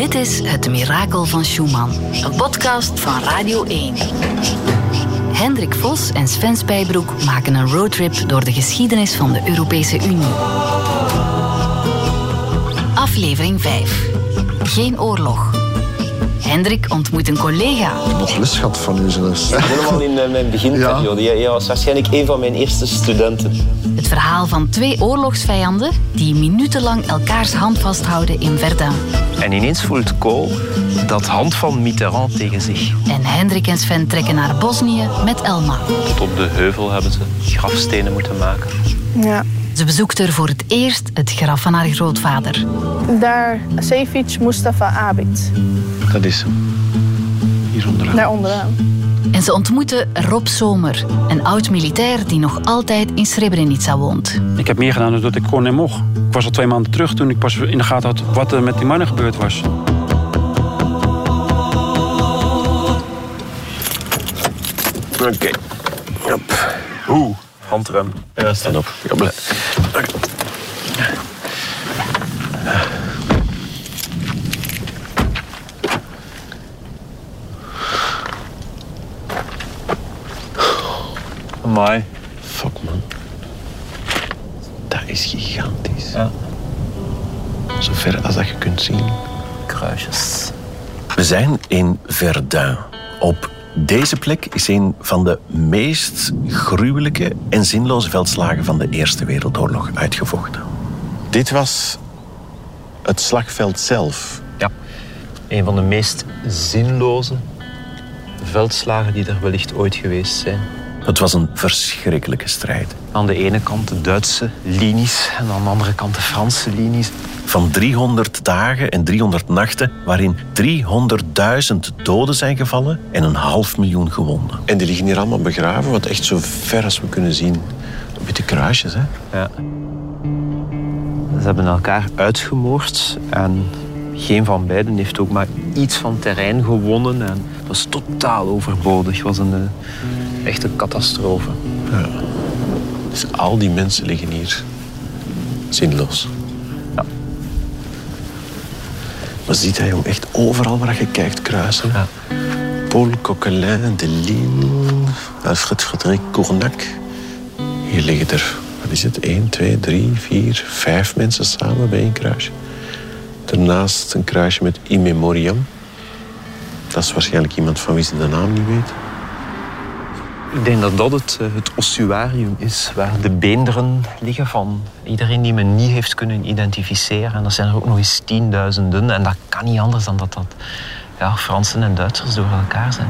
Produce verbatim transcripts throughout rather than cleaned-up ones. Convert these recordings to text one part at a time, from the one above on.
Dit is Het Mirakel van Schuman, een podcast van Radio één. Hendrik Vos en Sven Spijbroek maken een roadtrip door de geschiedenis van de Europese Unie. Aflevering vijf. Geen oorlog. Hendrik ontmoet een collega. Ik heb nog les gehad van u zelfs. Helemaal in uh, mijn beginperiode. Ja. Jij was waarschijnlijk een van mijn eerste studenten. Het verhaal van twee oorlogsvijanden die minutenlang elkaars hand vasthouden in Verdun. En ineens voelt Kool dat hand van Mitterrand tegen zich. En Hendrik en Sven trekken naar Bosnië met Elma. Tot op de heuvel hebben ze grafstenen moeten maken. Ja. Ze bezoekt er voor het eerst het graf van haar grootvader. Daar, Sevic Mustafa Abid. Dat is hem. Hier onderaan. Daar onderaan. En ze ontmoeten Rob Zomer, een oud-militair die nog altijd in Srebrenica woont. Ik heb meer gedaan dan dat ik kon en mocht. Ik was al twee maanden terug toen ik pas in de gaten had wat er met die mannen gebeurd was. Oké. Okay. Yep. Oeh, handrem. Ja, stand op. Ja, okay. Amai. Fuck, man. Dat is gigantisch. Ja. Zo ver als dat je kunt zien. Kruisjes. We zijn in Verdun. Op deze plek is een van de meest gruwelijke en zinloze veldslagen van de Eerste Wereldoorlog uitgevochten. Dit was het slagveld zelf. Ja. Een van de meest zinloze veldslagen die er wellicht ooit geweest zijn. Het was een verschrikkelijke strijd. Aan de ene kant de Duitse linies en aan de andere kant de Franse linies. Van driehonderd dagen en driehonderd nachten waarin driehonderdduizend doden zijn gevallen en een half miljoen gewonden. En die liggen hier allemaal begraven, wat echt zo ver als we kunnen zien. Witte kruisjes, hè? Ja. Ze hebben elkaar uitgemoord en geen van beiden heeft ook maar iets van terrein gewonnen. En het was totaal overbodig. Het was een uh, echte catastrofe. Ja. Dus al die mensen liggen hier zinloos. Ja. Maar ziet hij jong, echt overal waar je kijkt kruisen. Ja. Paul Coquelin, Delisle, Alfred Frédéric Cournac. Hier liggen er, wat is het, één, twee, drie, vier, vijf mensen samen bij één kruisje. Daarnaast een kruisje met In Memoriam. Dat is waarschijnlijk iemand van wie ze de naam niet weet. Ik denk dat dat het, het ossuarium is waar de beenderen liggen van iedereen die men niet heeft kunnen identificeren. En dat zijn er ook nog eens tienduizenden. En dat kan niet anders dan dat dat ja, Fransen en Duitsers door elkaar zijn.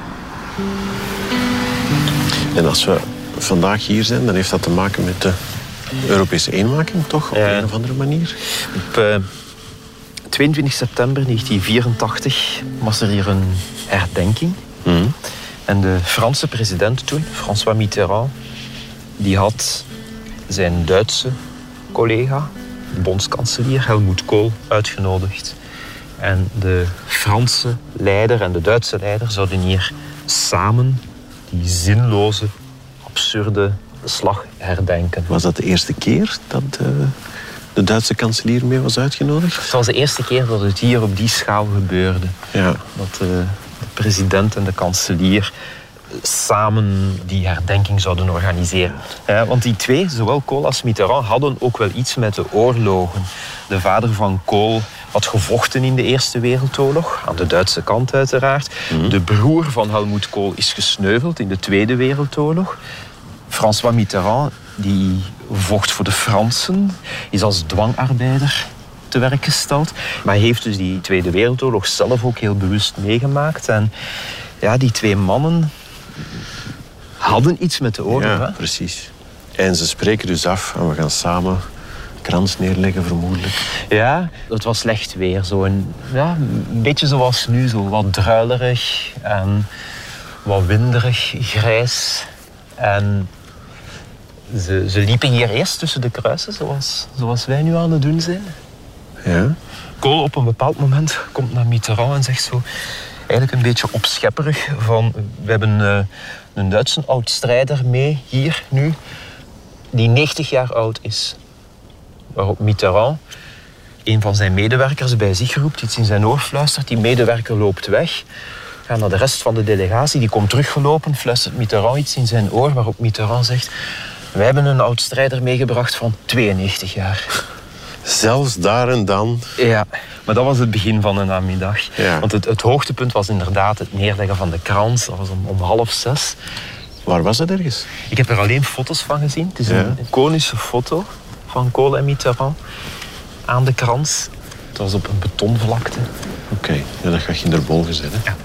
En als we vandaag hier zijn, dan heeft dat te maken met de Europese eenmaking, toch? Op ja. een of andere manier. Op uh, tweeëntwintig september negentien vierentachtig was er hier een herdenking. Mm. En de Franse president toen, François Mitterrand, die had zijn Duitse collega, de bondskanselier Helmut Kohl, uitgenodigd. En de Franse leider en de Duitse leider zouden hier samen die zinloze, absurde slag herdenken. Was dat de eerste keer dat de, de Duitse kanselier mee was uitgenodigd? Het was de eerste keer dat het hier op die schaal gebeurde. Ja. Dat de, de president en de kanselier samen die herdenking zouden organiseren. Ja, want die twee, zowel Kohl als Mitterrand, hadden ook wel iets met de oorlogen. De vader van Kohl had gevochten in de Eerste Wereldoorlog, aan de Duitse kant uiteraard. Mm. De broer van Helmut Kohl is gesneuveld in de Tweede Wereldoorlog. François Mitterrand die vocht voor de Fransen, is als dwangarbeider te werk gesteld. Maar hij heeft dus die Tweede Wereldoorlog zelf ook heel bewust meegemaakt. En ja, die twee mannen hadden iets met de oorlog. Ja, hè? precies. En ze spreken dus af en we gaan samen krans neerleggen, vermoedelijk. Ja, het was slecht weer. Zo een, ja, een beetje zoals nu, zo wat druilerig en wat winderig, grijs. En ze, ze liepen hier eerst tussen de kruisen, zoals, zoals wij nu aan het doen zijn. Ja. Kohl op een bepaald moment komt naar Mitterrand en zegt zo, eigenlijk een beetje opschepperig, van we hebben uh, een Duitse oud-strijder mee hier nu, die negentig jaar oud is. Waarop Mitterrand een van zijn medewerkers bij zich roept, iets in zijn oor fluistert. Die medewerker loopt weg. Gaat naar de rest van de delegatie. Die komt teruggelopen, fluistert Mitterrand iets in zijn oor, waarop Mitterrand zegt: wij hebben een oud-strijder meegebracht van tweeënnegentig jaar. Zelfs daar en dan. Ja, maar dat was het begin van de namiddag. Ja. Want het, het hoogtepunt was inderdaad het neerleggen van de krans. Dat was om, om half zes. Waar was dat ergens? Ik heb er alleen foto's van gezien. Het is Ja. een iconische foto van Kohl en Mitterrand aan de krans. Het was op een betonvlakte. Oké, okay. Ja, dat ga je erboven zetten. Ja.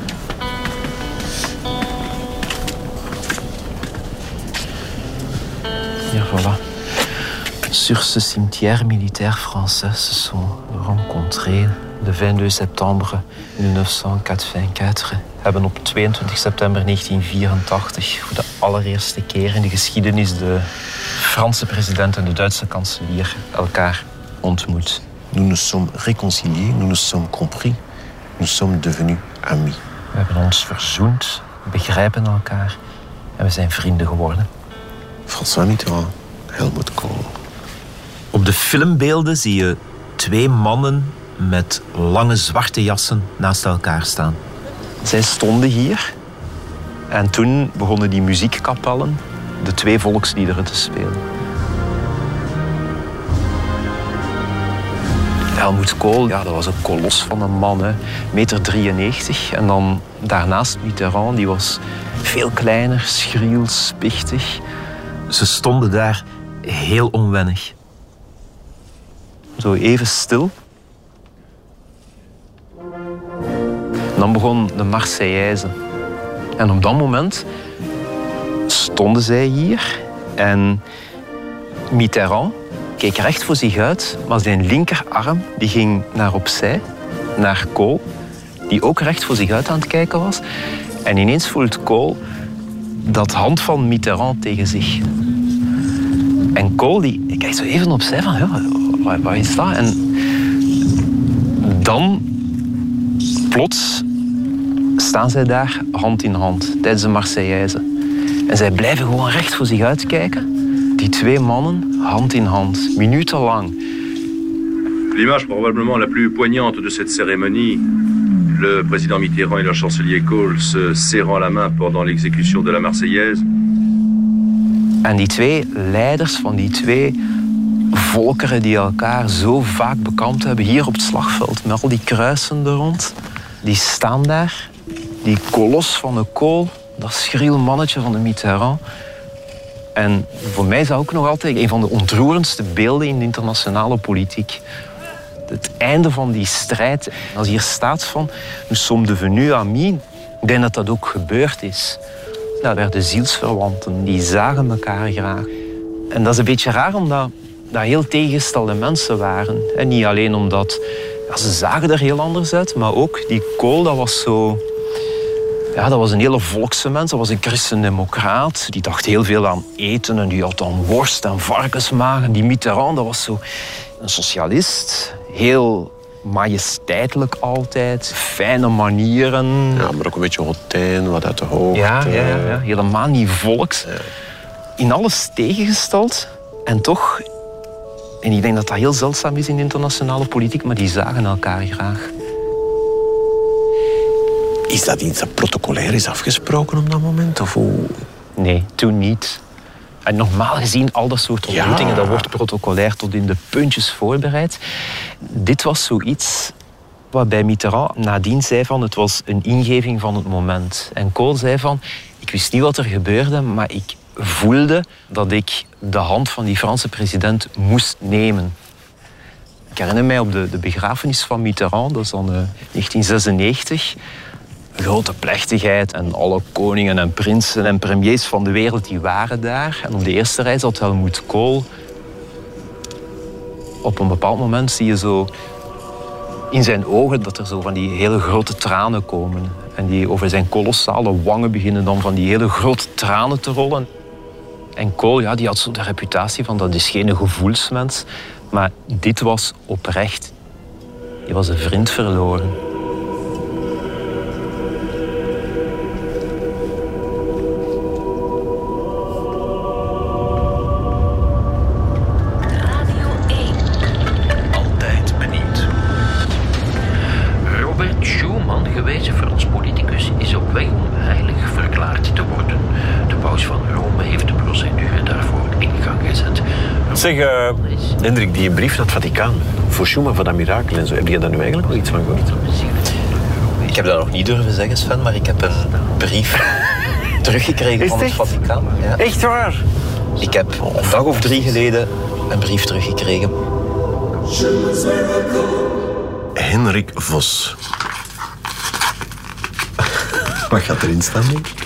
Ja, voilà. Sur ce cimetière militaire français se sont rencontrés le vingt-deux septembre negentien hebben op tweeëntwintig september negentien vierentachtig voor de allereerste keer in de geschiedenis de Franse president en de Duitse kanselier elkaar ontmoet. Nous nous sommes réconciliés, nous nous sommes compris, nous sommes devenus amis. We hebben ons verzoend, begrijpen elkaar en we zijn vrienden geworden. François Mitterrand, Helmut Kohl. Op de filmbeelden zie je twee mannen met lange zwarte jassen naast elkaar staan. Zij stonden hier en toen begonnen die muziekkapellen de twee volksliederen te spelen. Helmut Kohl, ja, dat was een kolos van een man, hè. meter drieënnegentig. En dan daarnaast Mitterrand, die was veel kleiner, schriel, spichtig. Ze stonden daar heel onwennig. Zo even stil. En dan begon de Marseillaise. En op dat moment stonden zij hier en Mitterrand keek recht voor zich uit, maar zijn linkerarm die ging naar opzij, naar Kohl, die ook recht voor zich uit aan het kijken was. En ineens voelt Kohl dat hand van Mitterrand tegen zich. En Kohl die kijkt zo even opzij van, ja, wat, wat is dat? En dan, plots, staan zij daar hand in hand tijdens de Marseillaise. En zij blijven gewoon recht voor zich uitkijken. Die twee mannen, hand in hand, minutenlang. L'image probablement la plus poignante de cette cérémonie, le président Mitterrand et le chancelier Kohl se serrant la main pendant l'exécution de la Marseillaise. En die twee leiders van die twee volkeren die elkaar zo vaak bekampt hebben, hier op het slagveld, met al die kruisen er rond, die staan daar. Die kolos van de Kohl, dat schriel mannetje van de Mitterrand. En voor mij is dat ook nog altijd een van de ontroerendste beelden in de internationale politiek. Het einde van die strijd. Als hier staat van, nous sommes devenus amis, ik denk dat dat ook gebeurd is. Dat werden zielsverwanten, die zagen elkaar graag. En dat is een beetje raar, omdat dat heel tegengestelde mensen waren. En niet alleen omdat ja, ze zagen er heel anders uit, maar ook die Kohl, dat was zo... Ja, dat was een hele volkse mens, dat was een christendemocraat. Die dacht heel veel aan eten en die had dan worst en varkensmagen. Die Mitterrand, dat was zo een socialist. Heel majesteitelijk altijd, fijne manieren. Ja, maar ook een beetje hotijn, wat uit de hoogte. Ja, ja, ja, ja. Helemaal niet volks. Ja. In alles tegengesteld en toch... En ik denk dat dat heel zeldzaam is in de internationale politiek, maar die zagen elkaar graag. Is dat iets dat protocolair is afgesproken op dat moment? Of hoe? Nee, toen niet. En normaal gezien, al dat soort ontmoetingen, Ja. dat wordt protocolair tot in de puntjes voorbereid. Dit was zoiets waarbij Mitterrand nadien zei van het was een ingeving van het moment. En Kohl zei van, ik wist niet wat er gebeurde, maar ik voelde dat ik de hand van die Franse president moest nemen. Ik herinner mij op de, de begrafenis van Mitterrand, dat is dan uh, negentien zesennegentig... Een grote plechtigheid en alle koningen en prinsen en premiers van de wereld die waren daar. En op de eerste rij zat Helmut Kohl. Op een bepaald moment zie je zo in zijn ogen dat er zo van die hele grote tranen komen. En die over zijn kolossale wangen beginnen dan van die hele grote tranen te rollen. En Kohl, ja, die had zo de reputatie van dat is geen gevoelsmens. Maar dit was oprecht. Die was een vriend verloren. Zeg, uh, Hendrik, die brief naar het Vaticaan voor Schuman, voor dat mirakel en zo, heb je daar nu eigenlijk nog iets van gehoord? Ik heb dat nog niet durven zeggen, Sven, maar ik heb een brief teruggekregen van het Vaticaan. Ja. Echt waar? Ik heb een dag of drie geleden een brief teruggekregen. Henrik Vos. Wat gaat erin staan, denk ik?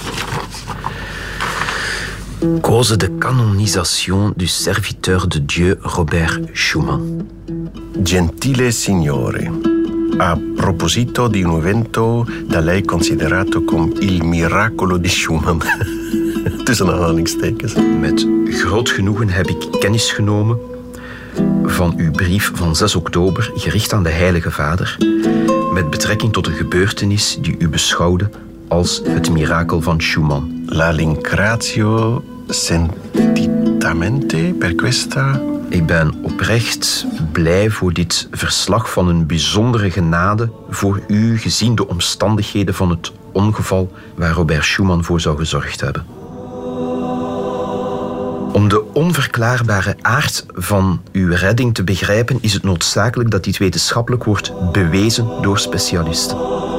Cause de canonisation du serviteur de Dieu Robert Schuman. Gentile signore, a proposito di un evento da lei considerato come il miracolo di Schuman. Tussen aanhalingstekens. Met groot genoegen heb ik kennis genomen van uw brief van zes oktober, gericht aan de Heilige Vader, met betrekking tot een gebeurtenis die u beschouwde als het mirakel van Schuman. La ringrazio sentitamente per questa... Ik ben oprecht blij voor dit verslag van een bijzondere genade voor u, gezien de omstandigheden van het ongeval waar Robert Schuman voor zou gezorgd hebben. Om de onverklaarbare aard van uw redding te begrijpen, is het noodzakelijk dat dit wetenschappelijk wordt bewezen door specialisten.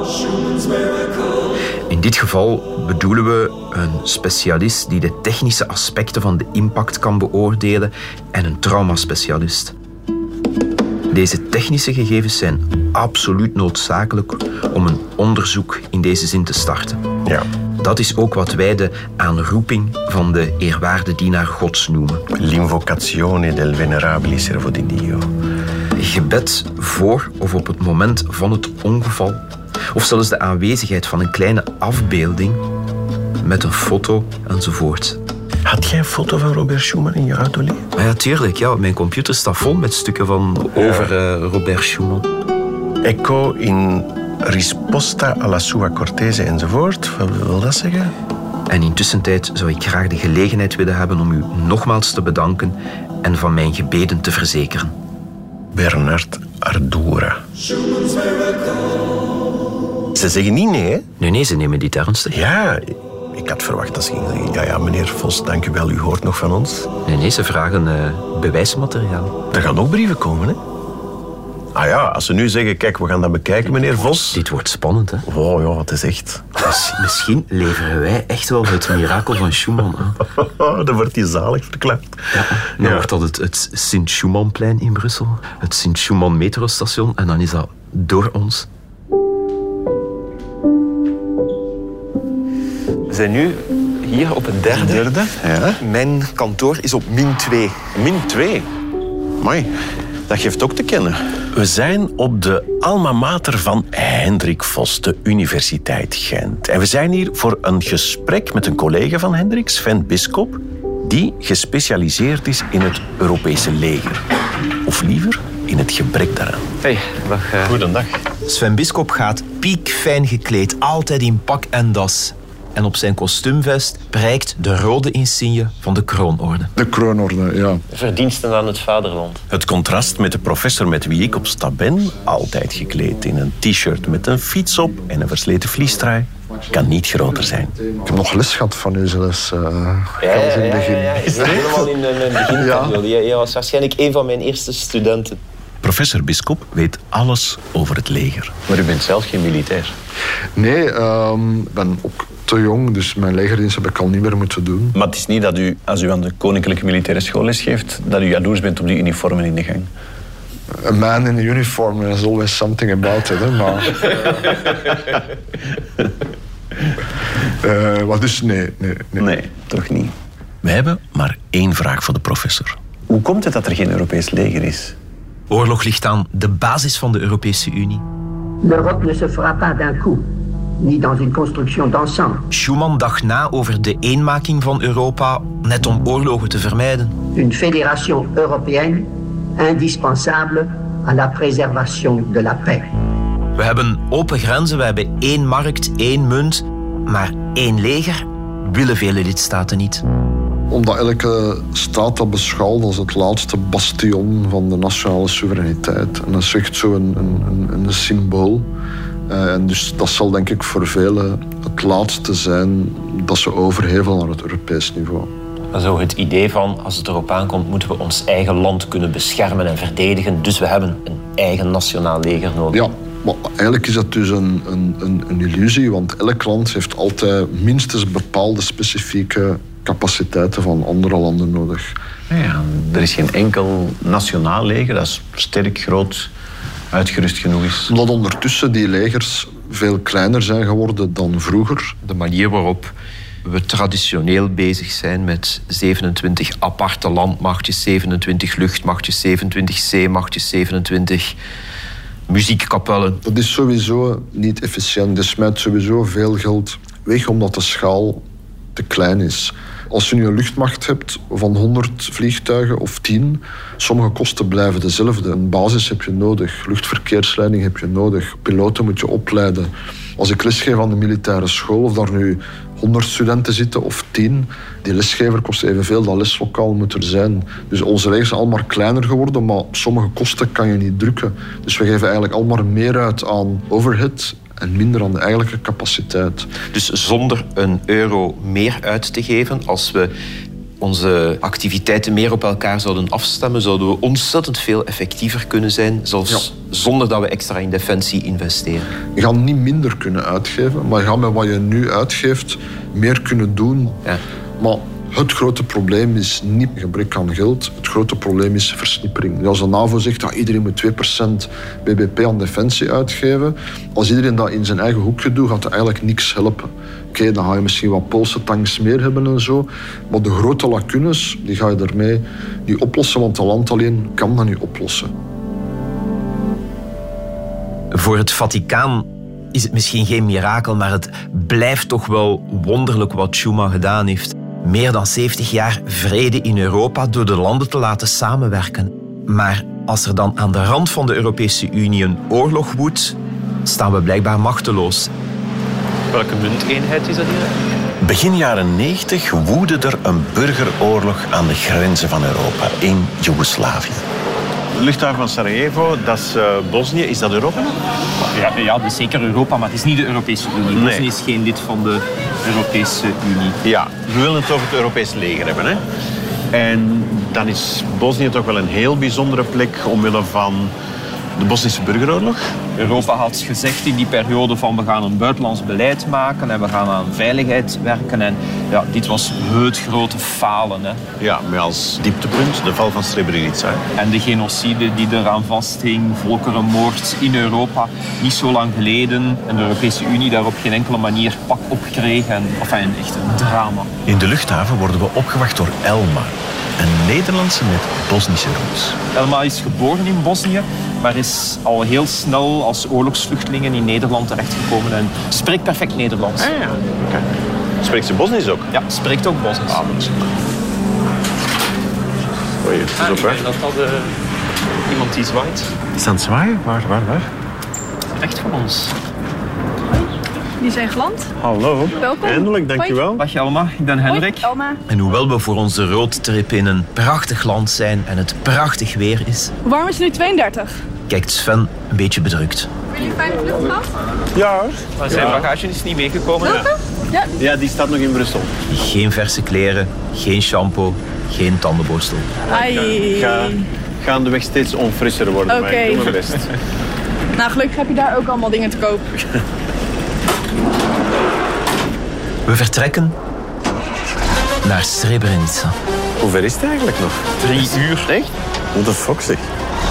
In dit geval bedoelen we een specialist die de technische aspecten van de impact kan beoordelen en een traumaspecialist. Deze technische gegevens zijn absoluut noodzakelijk om een onderzoek in deze zin te starten. Ja. Dat is ook wat wij de aanroeping van de eerwaarde dienaar Gods noemen. L'invocazione del venerabile servo di Dio. Gebed voor of op het moment van het ongeval, of zelfs de aanwezigheid van een kleine afbeelding met een foto enzovoort. Had jij een foto van Robert Schuman in je auto liggen? Ja, tuurlijk. Ja. Mijn computer staat vol met stukken van over uh, Robert Schuman. Ecco in risposta alla sua cortese enzovoort. Wat wil dat zeggen? En intussen tijd zou ik graag de gelegenheid willen hebben om u nogmaals te bedanken en van mijn gebeden te verzekeren. Bernard Ardura. Ze zeggen niet nee, hè? Nee, nee, ze nemen dit ernstig. Ja, ik had verwacht dat ze gingen zeggen... Ja, ja, meneer Vos, dank u wel, u hoort nog van ons. Nee, nee, ze vragen uh, bewijsmateriaal. Er gaan ook brieven komen, hè? Ah ja, als ze nu zeggen, kijk, we gaan dat bekijken, meneer Vos. Dit wordt spannend, hè? Oh ja, het is echt... Dus, misschien leveren wij echt wel het mirakel van Schuman aan. Dan wordt hij zalig verklaard. Ja, dan ja. wordt dat het, het Sint-Schumanplein in Brussel, het Sint-Schuman metrostation, en dan is dat door ons. We zijn nu hier op het derde. Derde, ja. Mijn kantoor is op min twee. Min twee? Mooi. Dat geeft ook te kennen. We zijn op de alma mater van Hendrik Vos, de Universiteit Gent. En we zijn hier voor een gesprek met een collega van Hendrik, Sven Bisschop, die gespecialiseerd is in het Europese leger. Of liever, in het gebrek daaraan. Hey, dag. Uh... Goedendag. Sven Bisschop gaat piekfijn gekleed, altijd in pak en das. En op zijn kostuumvest prijkt de rode insigne van de kroonorde. De kroonorde, ja. Verdiensten aan het vaderland. Het contrast met de professor met wie ik op stap ben, altijd gekleed in een t-shirt met een fiets op en een versleten vliestrui, kan niet groter zijn. Ik heb nog les gehad van u zelfs. Uh, ja, ja, ja, ja, ja. Is dat helemaal in mijn beginperiode? Ja. Jij was waarschijnlijk een van mijn eerste studenten. Professor Bisschop weet alles over het leger. Maar u bent zelf geen militair? Nee, ik um, ben ook te jong, dus mijn legerdienst heb ik al niet meer moeten doen. Maar het is niet dat u, als u aan de Koninklijke Militaire School les geeft, dat u jaloers bent op die uniformen in de gang? A man in a uniform, there's always something about it, hè, maar... uh, wat dus, nee, nee, nee. Nee, toch niet. We hebben maar één vraag voor de professor. Hoe komt het dat er geen Europees leger is? Oorlog ligt aan de basis van de Europese Unie. L'Europe ne se fera pas d'un coup, ni dans une construction d'ensemble. Schuman dacht na over de eenmaking van Europa, net om oorlogen te vermijden. Une fédération européenne indispensable à la préservation de la paix. We hebben open grenzen, we hebben één markt, één munt, maar één leger willen vele lidstaten niet. Omdat elke staat dat beschouwt als het laatste bastion van de nationale soevereiniteit. En dat is echt zo een, een, een symbool. Uh, en dus dat zal denk ik voor velen het laatste zijn dat ze overhevelen naar het Europees niveau. Zo het idee van, als het erop aankomt, moeten we ons eigen land kunnen beschermen en verdedigen. Dus we hebben een eigen nationaal leger nodig. Ja, maar eigenlijk is dat dus een, een, een, een illusie, want elk land heeft altijd minstens bepaalde specifieke capaciteiten van andere landen nodig. Ja, er is geen enkel nationaal leger dat sterk, groot, uitgerust genoeg is. Omdat ondertussen die legers veel kleiner zijn geworden dan vroeger. De manier waarop we traditioneel bezig zijn met zevenentwintig aparte landmachtjes, zevenentwintig luchtmachtjes, zevenentwintig zeemachtjes, zevenentwintig muziekkapellen. Dat is sowieso niet efficiënt. Er smijt sowieso veel geld weg omdat de schaal te klein is. Als je nu een luchtmacht hebt van honderd vliegtuigen of tien, sommige kosten blijven dezelfde. Een basis heb je nodig, luchtverkeersleiding heb je nodig, piloten moet je opleiden. Als ik lesgeef aan de militaire school, of daar nu honderd studenten zitten of tien, die lesgever kost evenveel, dat leslokaal moet er zijn. Dus onze legers zijn allemaal kleiner geworden, maar sommige kosten kan je niet drukken. Dus we geven eigenlijk allemaal meer uit aan overhead en minder aan de eigenlijke capaciteit. Dus zonder een euro meer uit te geven, als we onze activiteiten meer op elkaar zouden afstemmen, zouden we ontzettend veel effectiever kunnen zijn, zelfs ja. zonder dat we extra in defensie investeren. Je gaat niet minder kunnen uitgeven, maar je gaat met wat je nu uitgeeft meer kunnen doen. Ja. Maar het grote probleem is niet gebrek aan geld. Het grote probleem is versnippering. Als de NAVO zegt dat iedereen moet twee procent B B P aan defensie uitgeven, als iedereen dat in zijn eigen hoekje doet, gaat dat eigenlijk niks helpen. Oké, okay, dan ga je misschien wat Poolse tanks meer hebben en zo. Maar de grote lacunes, die ga je daarmee niet oplossen, want het land alleen kan dat niet oplossen. Voor het Vaticaan is het misschien geen mirakel, maar het blijft toch wel wonderlijk wat Schuman gedaan heeft. Meer dan zeventig jaar vrede in Europa door de landen te laten samenwerken. Maar als er dan aan de rand van de Europese Unie een oorlog woedt, staan we blijkbaar machteloos. Welke munteenheid is dat hier? Begin jaren negentig woedde er een burgeroorlog aan de grenzen van Europa, in Joegoslavië. De luchthaven van Sarajevo, dat is uh, Bosnië. Is dat Europa? Ja, ja, dat is zeker Europa, maar het is niet de Europese Unie. Nee. Bosnië is geen lid van de Europese Unie. Ja, we willen het over het Europese leger hebben, hè? En dan is Bosnië toch wel een heel bijzondere plek omwille van de Bosnische burgeroorlog. Europa had gezegd in die periode van we gaan een buitenlands beleid maken en we gaan aan veiligheid werken. En ja, dit was het grote falen. Hè. Ja, met als dieptepunt de val van Srebrenica. En de genocide die eraan vasthing, volkerenmoord in Europa, niet zo lang geleden. En de Europese Unie daar op geen enkele manier pak op kreeg. En, enfin, echt een drama. In de luchthaven worden we opgewacht door Elma, een Nederlandse met Bosnische roots. Elma is geboren in Bosnië, maar is al heel snel als oorlogsvluchtelingen in Nederland terechtgekomen en spreekt perfect Nederlands. Ah, ja. Okay. Spreekt ze Bosnisch ook? Ja, spreekt ook Bosnisch. Ah, dat is Oei, het is ah, op weg. Dat dat uh, iemand die zwaait. Is aan het zwaaien? Waar, waar, waar? Recht van ons. Die zijn geland. Hallo. Welkom. Eindelijk, dankjewel. Dag Elma, ik ben Hendrik. Hoi, Elma. En hoewel we voor onze roadtrip in een prachtig land zijn en het prachtig weer is, Hoe warm is het nu? tweeëndertig. kijkt Sven een beetje bedrukt. Hebben jullie een fijne vlucht gehad? Ja hoor. Maar zijn ja. bagage is niet meegekomen. Ja. Ja. Ja, die staat nog in Brussel. Geen verse kleren, geen shampoo, geen tandenborstel. Ai. Ga, gaandeweg steeds onfrisser worden, Oké. maar ik doe mijn best. Nou, gelukkig heb je daar ook allemaal dingen te koop. We vertrekken naar Srebrenica. Hoe ver is het eigenlijk nog? Drie uur. Echt? What the fuck zeg.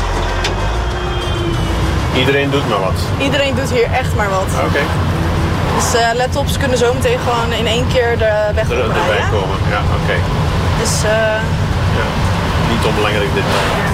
Iedereen doet maar wat. Iedereen doet hier echt maar wat. Oké. Okay. Dus uh, laptops kunnen zo meteen gewoon in één keer de weg er, oprijden. erbij komen, ja, oké. Okay. Dus, uh... ja, niet onbelangrijk dit.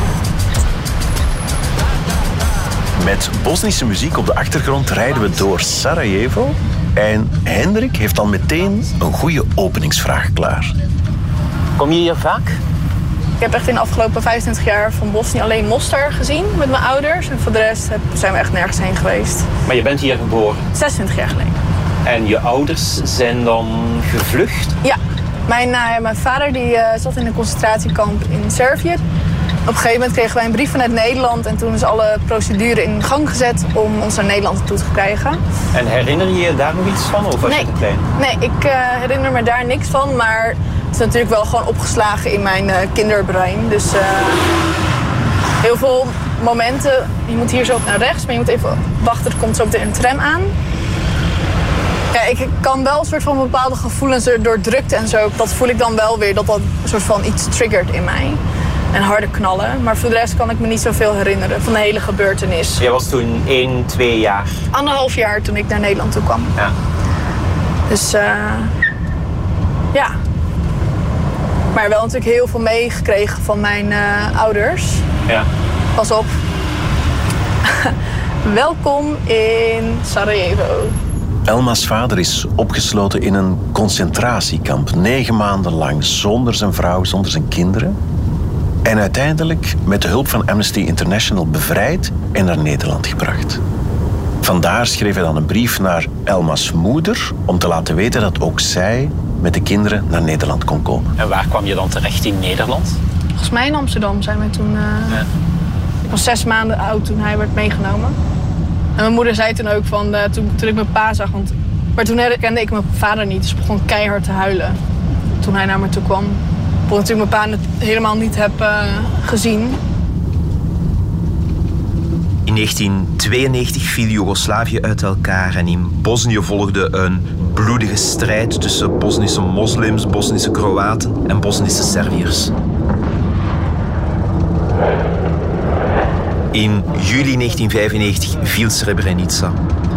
Met Bosnische muziek op de achtergrond rijden we door Sarajevo. En Hendrik heeft al meteen een goede openingsvraag klaar. Kom je hier vaak? Ik heb echt in de afgelopen vijfentwintig jaar van Bosnië alleen Mostar gezien met mijn ouders. En voor de rest zijn we echt nergens heen geweest. Maar je bent hier geboren? zesentwintig jaar geleden. En je ouders zijn dan gevlucht? Ja. Mijn, uh, mijn vader die, uh, zat in een concentratiekamp in Servië. Op een gegeven moment kregen wij een brief vanuit Nederland en toen is alle procedure in gang gezet om ons naar Nederland toe te krijgen. En herinner je je daar nog iets van? Of was nee, je te klein? Nee, ik uh, herinner me daar niks van, maar het is natuurlijk wel gewoon opgeslagen in mijn uh, kinderbrein. Dus uh, heel veel momenten, je moet hier zo naar rechts, maar je moet even wachten, er komt zo meteen een tram aan. Ja, ik kan wel een soort van bepaalde gevoelens door drukte en zo, dat voel ik dan wel weer, dat dat een soort van iets triggert in mij. En harde knallen. Maar voor de rest kan ik me niet zoveel herinneren van de hele gebeurtenis. Jij was toen één, twee jaar? Anderhalf jaar toen ik naar Nederland toe kwam. Ja. Dus uh, ja. Maar wel natuurlijk heel veel meegekregen van mijn uh, ouders. Ja. Pas op. Welkom in Sarajevo. Elma's vader is opgesloten in een concentratiekamp. Negen maanden lang, zonder zijn vrouw, zonder zijn kinderen. En uiteindelijk met de hulp van Amnesty International bevrijd en naar Nederland gebracht. Vandaar schreef hij dan een brief naar Elma's moeder om te laten weten dat ook zij met de kinderen naar Nederland kon komen. En waar kwam je dan terecht in Nederland? Volgens mij in Amsterdam zijn wij toen... Uh, ja. Ik was zes maanden oud toen hij werd meegenomen. En mijn moeder zei toen ook van, uh, toen, toen ik mijn pa zag... Want, maar toen herkende ik mijn vader niet, dus ik begon keihard te huilen toen hij naar me toe kwam. Ik vond natuurlijk mijn pa helemaal niet heb uh, gezien. In negentien tweeënnegentig viel Joegoslavië uit elkaar en in Bosnië volgde een bloedige strijd tussen Bosnische moslims, Bosnische Kroaten en Bosnische Serviërs. In juli negentien vijfennegentig viel Srebrenica.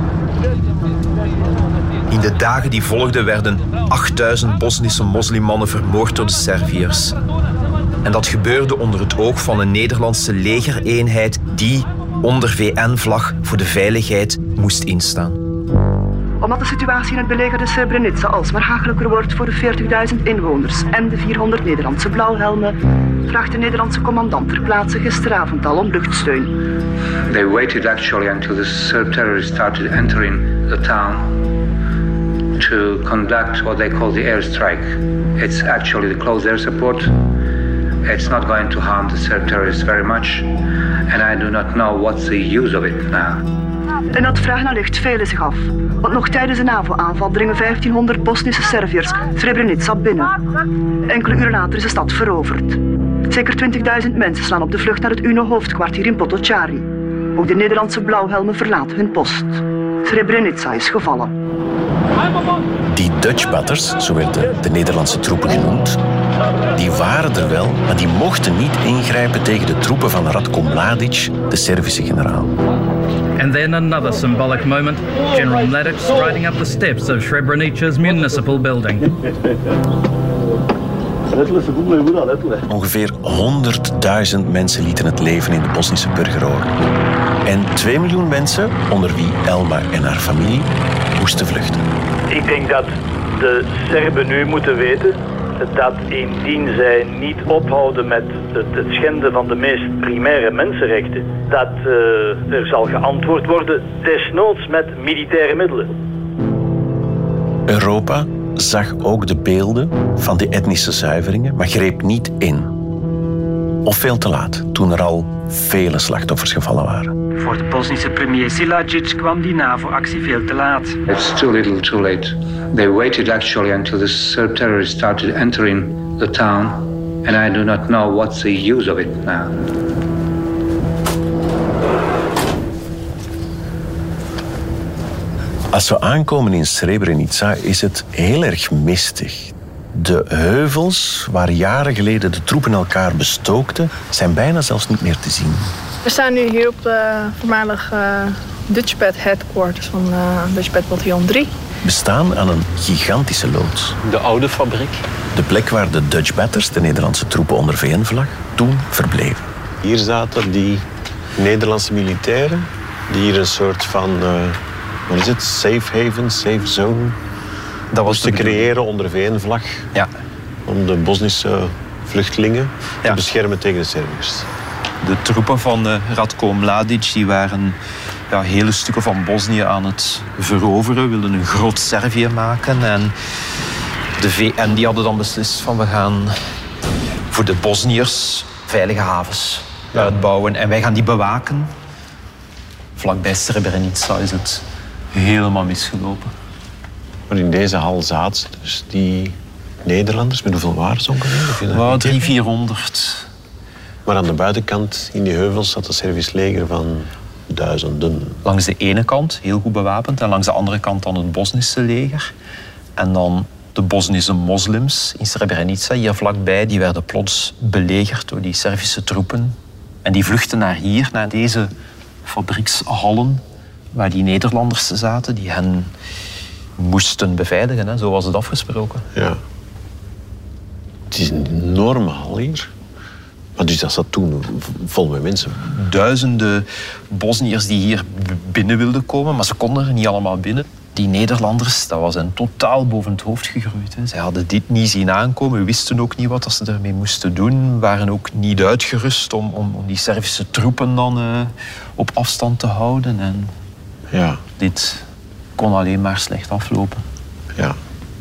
In de dagen die volgden werden achtduizend Bosnische moslimmannen vermoord door de Serviërs. En dat gebeurde onder het oog van een Nederlandse legereenheid die onder V N-vlag voor de veiligheid moest instaan. Omdat de situatie in het belegerde Srebrenica alsmaar hachelijker wordt voor de veertigduizend inwoners en de vierhonderd Nederlandse blauwhelmen, vraagt de Nederlandse commandant ter plaatse gisteravond al om luchtsteun. They waited actually until the Serb terrorists started entering the town to conduct what they call the airstrike. It's actually the close air support. It's not going to harm the Serb terrorists very much, and I do not know what's the use of it now. En dat vraag naar lucht velen zich af. Want nog tijdens de NAVO-aanval dringen vijftienhonderd Bosnische Serviërs Srebrenica binnen. Enkele uren later is de stad veroverd. Zeker twintigduizend mensen slaan op de vlucht naar het U N O-hoofdkwartier in Potocari. Ook de Nederlandse blauwhelmen verlaten hun post. Srebrenica is gevallen. Die Dutch Batters, zo werden de Nederlandse troepen genoemd, die waren er wel, maar die mochten niet ingrijpen tegen de troepen van Ratko Mladic, de Servische generaal. And then another symbolic moment, General Mladic striding up the steps of Srebrenica's municipal building. Ongeveer honderdduizend mensen lieten het leven in de Bosnische burgeroorlog. En twee miljoen mensen, onder wie Elma en haar familie, moesten vluchten. Ik denk dat de Serben nu moeten weten dat indien zij niet ophouden met het, het schenden van de meest primaire mensenrechten, dat uh, er zal geantwoord worden, desnoods met militaire middelen. Europa zag ook de beelden van die etnische zuiveringen, maar greep niet in. Of veel te laat, toen er al vele slachtoffers gevallen waren. Voor de Bosnische premier Silajic kwam die NAVO-actie veel te laat. It's too little too late. They waited actually until the Serb terrorists started entering the town, and I do not know what's the use of it now. Als we aankomen in Srebrenica is het heel erg mistig. De heuvels waar jaren geleden de troepen elkaar bestookten, zijn bijna zelfs niet meer te zien. We staan nu hier op de voormalige uh, Dutchbat headquarters van uh, Dutchbat Bataljon drie. We staan aan een gigantische loods. De oude fabriek. De plek waar de Dutch Batters, de Nederlandse troepen onder V N-vlag, toen verbleven. Hier zaten die Nederlandse militairen die hier een soort van, uh, wat is het, safe haven, safe zone, dat was te creëren onder V N-vlag. Ja. Om de Bosnische vluchtelingen ja. te beschermen tegen de Serviërs. De troepen van uh, Ratko Mladic die waren ja, hele stukken van Bosnië aan het veroveren, wilden een groot Servië maken. En de V N die hadden dan beslist van we gaan voor de Bosniërs veilige havens uitbouwen. En wij gaan die bewaken. Vlakbij Srebrenica is het helemaal misgelopen. Maar in deze hal zaten dus die Nederlanders, met hoeveel waren ze ongeveer? Wow, drie, vierhonderd. Maar aan de buitenkant, in die heuvels, zat het Servisch leger van duizenden. Langs de ene kant, heel goed bewapend. En langs de andere kant dan het Bosnische leger. En dan de Bosnische moslims in Srebrenica, hier vlakbij, die werden plots belegerd door die Servische troepen. En die vluchtten naar hier, naar deze fabriekshallen, waar die Nederlanders zaten, die hen moesten beveiligen. Hè. Zo was het afgesproken. Ja. Het is een enorme hal hier. Maar dus dat zat toen vol met mensen. Duizenden Bosniërs die hier binnen wilden komen, maar ze konden er niet allemaal binnen. Die Nederlanders, dat was hen totaal boven het hoofd gegroeid. Hè. Zij hadden dit niet zien aankomen, wisten ook niet wat ze ermee moesten doen. Waren ook niet uitgerust om, om, om die Servische troepen dan uh, op afstand te houden. En ja. Dit kon alleen maar slecht aflopen. Ja.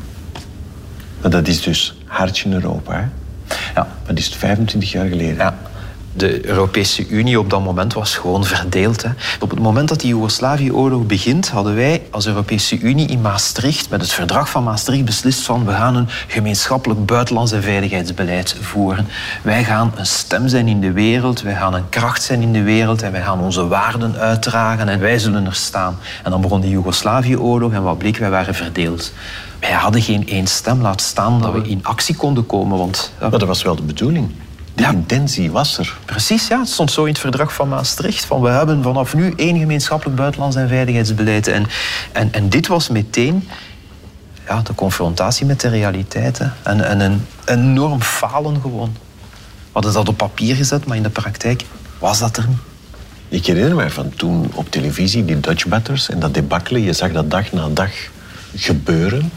Maar dat is dus hartje Europa, hè? Ja. Dat is vijfentwintig jaar geleden. Ja. De Europese Unie op dat moment was gewoon verdeeld. Hè. Op het moment dat die Joegoslavië-oorlog begint, hadden wij als Europese Unie in Maastricht, met het verdrag van Maastricht, beslist van we gaan een gemeenschappelijk buitenlands- en veiligheidsbeleid voeren. Wij gaan een stem zijn in de wereld, wij gaan een kracht zijn in de wereld en wij gaan onze waarden uitdragen en wij zullen er staan. En dan begon die Joegoslavië-oorlog en wat bleek, wij waren verdeeld. Wij hadden geen één stem, laat staan dat we in actie konden komen. Want, ja. Maar dat was wel de bedoeling. De ja. intentie was er. Precies, ja. Het stond zo in het verdrag van Maastricht. Van we hebben vanaf nu één gemeenschappelijk buitenlands- en veiligheidsbeleid. En, en, en dit was meteen ja, de confrontatie met de realiteit. Hè. En, en een enorm falen gewoon. We hadden dat op papier gezet, maar in de praktijk was dat er niet. Ik herinner mij van toen op televisie, die Dutch Batters en dat debakkelen. Je zag dat dag na dag gebeuren.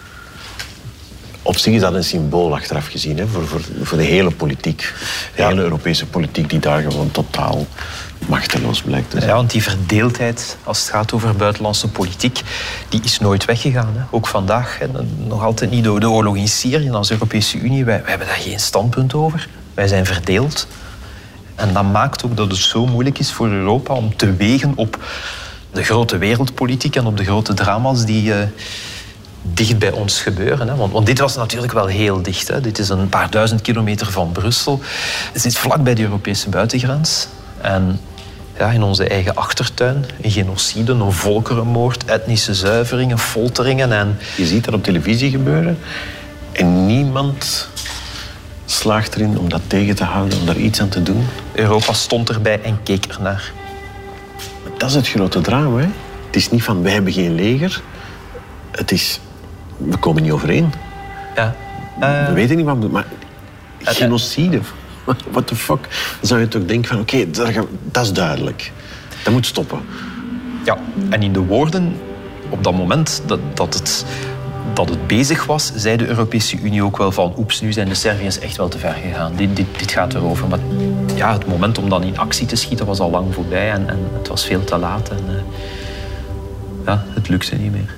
Op zich is dat een symbool achteraf gezien, hè, voor, voor, voor de hele politiek. De ja. hele Europese politiek die daar gewoon totaal machteloos blijkt te zijn. Ja, want die verdeeldheid, als het gaat over buitenlandse politiek, die is nooit weggegaan. Hè. Ook vandaag, hè, nog altijd niet door de oorlog in Syrië. Als Europese Unie, wij, wij hebben daar geen standpunt over. Wij zijn verdeeld. En dat maakt ook dat het zo moeilijk is voor Europa om te wegen op de grote wereldpolitiek en op de grote drama's die uh, dicht bij ons gebeuren. Hè. Want, want dit was natuurlijk wel heel dicht. Hè. Dit is een paar duizend kilometer van Brussel. Het zit vlak bij de Europese buitengrens. En ja, in onze eigen achtertuin een genocide, een volkerenmoord, etnische zuiveringen, folteringen. En je ziet dat op televisie gebeuren en niemand slaagt erin om dat tegen te houden, om daar iets aan te doen. Europa stond erbij en keek ernaar. Maar dat is het grote drama. Hè? Het is niet van, wij hebben geen leger. Het is, we komen niet overeen. Ja. Uh... We weten niet wat we doen, maar genocide, what the fuck. Dan zou je toch denken van, oké, okay, dat is duidelijk. Dat moet stoppen. Ja, en in de woorden, op dat moment dat, dat het... dat het bezig was, zei de Europese Unie ook wel van oeps, nu zijn de Serviërs echt wel te ver gegaan. Dit, dit, dit gaat erover. Maar ja, het moment om dan in actie te schieten was al lang voorbij en, en het was veel te laat. En, uh, ja, het lukte niet meer.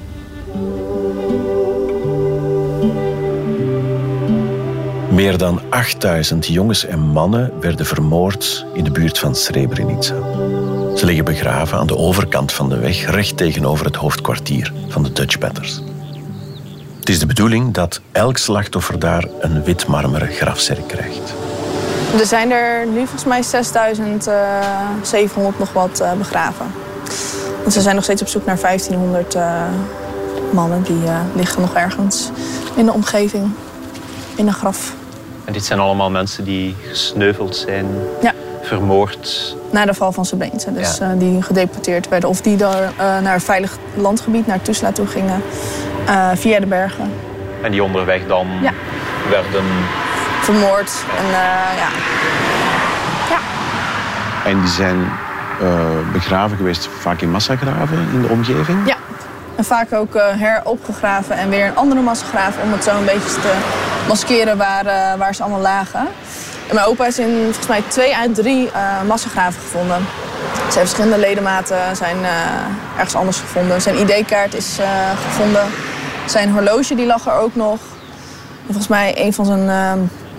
Meer dan achtduizend jongens en mannen werden vermoord in de buurt van Srebrenica. Ze liggen begraven aan de overkant van de weg, recht tegenover het hoofdkwartier van de Dutch Batters. Het is de bedoeling dat elk slachtoffer daar een wit marmeren grafzerk krijgt. Er zijn er nu volgens mij zesduizend zevenhonderd nog wat uh, begraven. Want ze zijn nog steeds op zoek naar vijftienhonderd uh, mannen die uh, liggen nog ergens in de omgeving, in een graf. En dit zijn allemaal mensen die gesneuveld zijn, ja. vermoord. Na de val van Srebrenica, dus ja. uh, die gedeporteerd werden. Of die daar, uh, naar een veilig landgebied, naar Tuzla toe gingen, uh, via de bergen. En die onderweg dan ja. werden... vermoord. En, uh, ja. Ja. En die zijn uh, begraven geweest, vaak in massagraven in de omgeving? Ja. En vaak ook uh, heropgegraven en weer een andere massagraaf om het zo een beetje te maskeren waar, uh, waar ze allemaal lagen. En mijn opa is in volgens mij twee uit drie uh, massagraven gevonden. Zijn verschillende ledematen zijn uh, ergens anders gevonden. Zijn I D-kaart is uh, gevonden. Zijn horloge die lag er ook nog. En volgens mij een van zijn uh,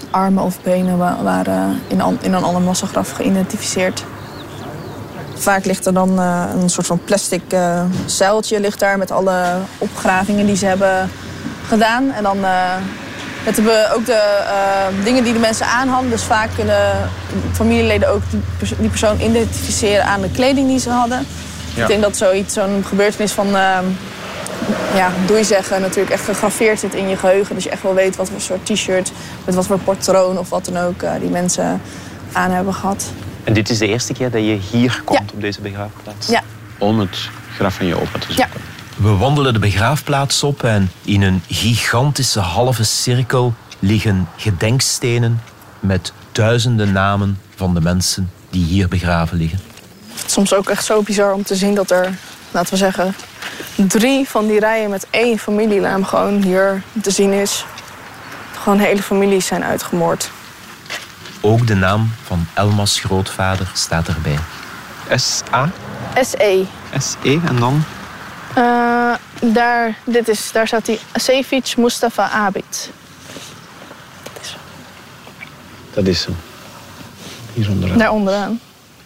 armen of benen wa- waren in, an- in een ander massagraf geïdentificeerd. Vaak ligt er dan uh, een soort van plastic uh, zeiltje ligt daar met alle opgravingen die ze hebben gedaan. En dan uh, hebben we ook de uh, dingen die de mensen aan hadden. Dus vaak kunnen familieleden ook die, pers- die persoon identificeren aan de kleding die ze hadden. Ja. Ik denk dat zoiets, zo'n gebeurtenis van uh, ja, doei zeggen natuurlijk echt gegraveerd zit in je geheugen. Dus je echt wel weet wat voor soort t-shirt, met wat voor patroon of wat dan ook uh, die mensen aan hebben gehad. En dit is de eerste keer dat je hier komt, ja, op deze begraafplaats? Ja. Om het graf van je opa te zoeken? Ja. We wandelen de begraafplaats op en in een gigantische halve cirkel liggen gedenkstenen met duizenden namen van de mensen die hier begraven liggen. Het is soms ook echt zo bizar om te zien dat er, laten we zeggen, drie van die rijen met één familienaam gewoon hier te zien is. Gewoon hele families zijn uitgemoord. Ook de naam van Elma's grootvader staat erbij. S A? S E. S E en dan? Uh, daar, dit is, daar staat hij, Sevic Mustafa Abid. Dat is, dat is hem. Hier onderaan. Daar onderaan.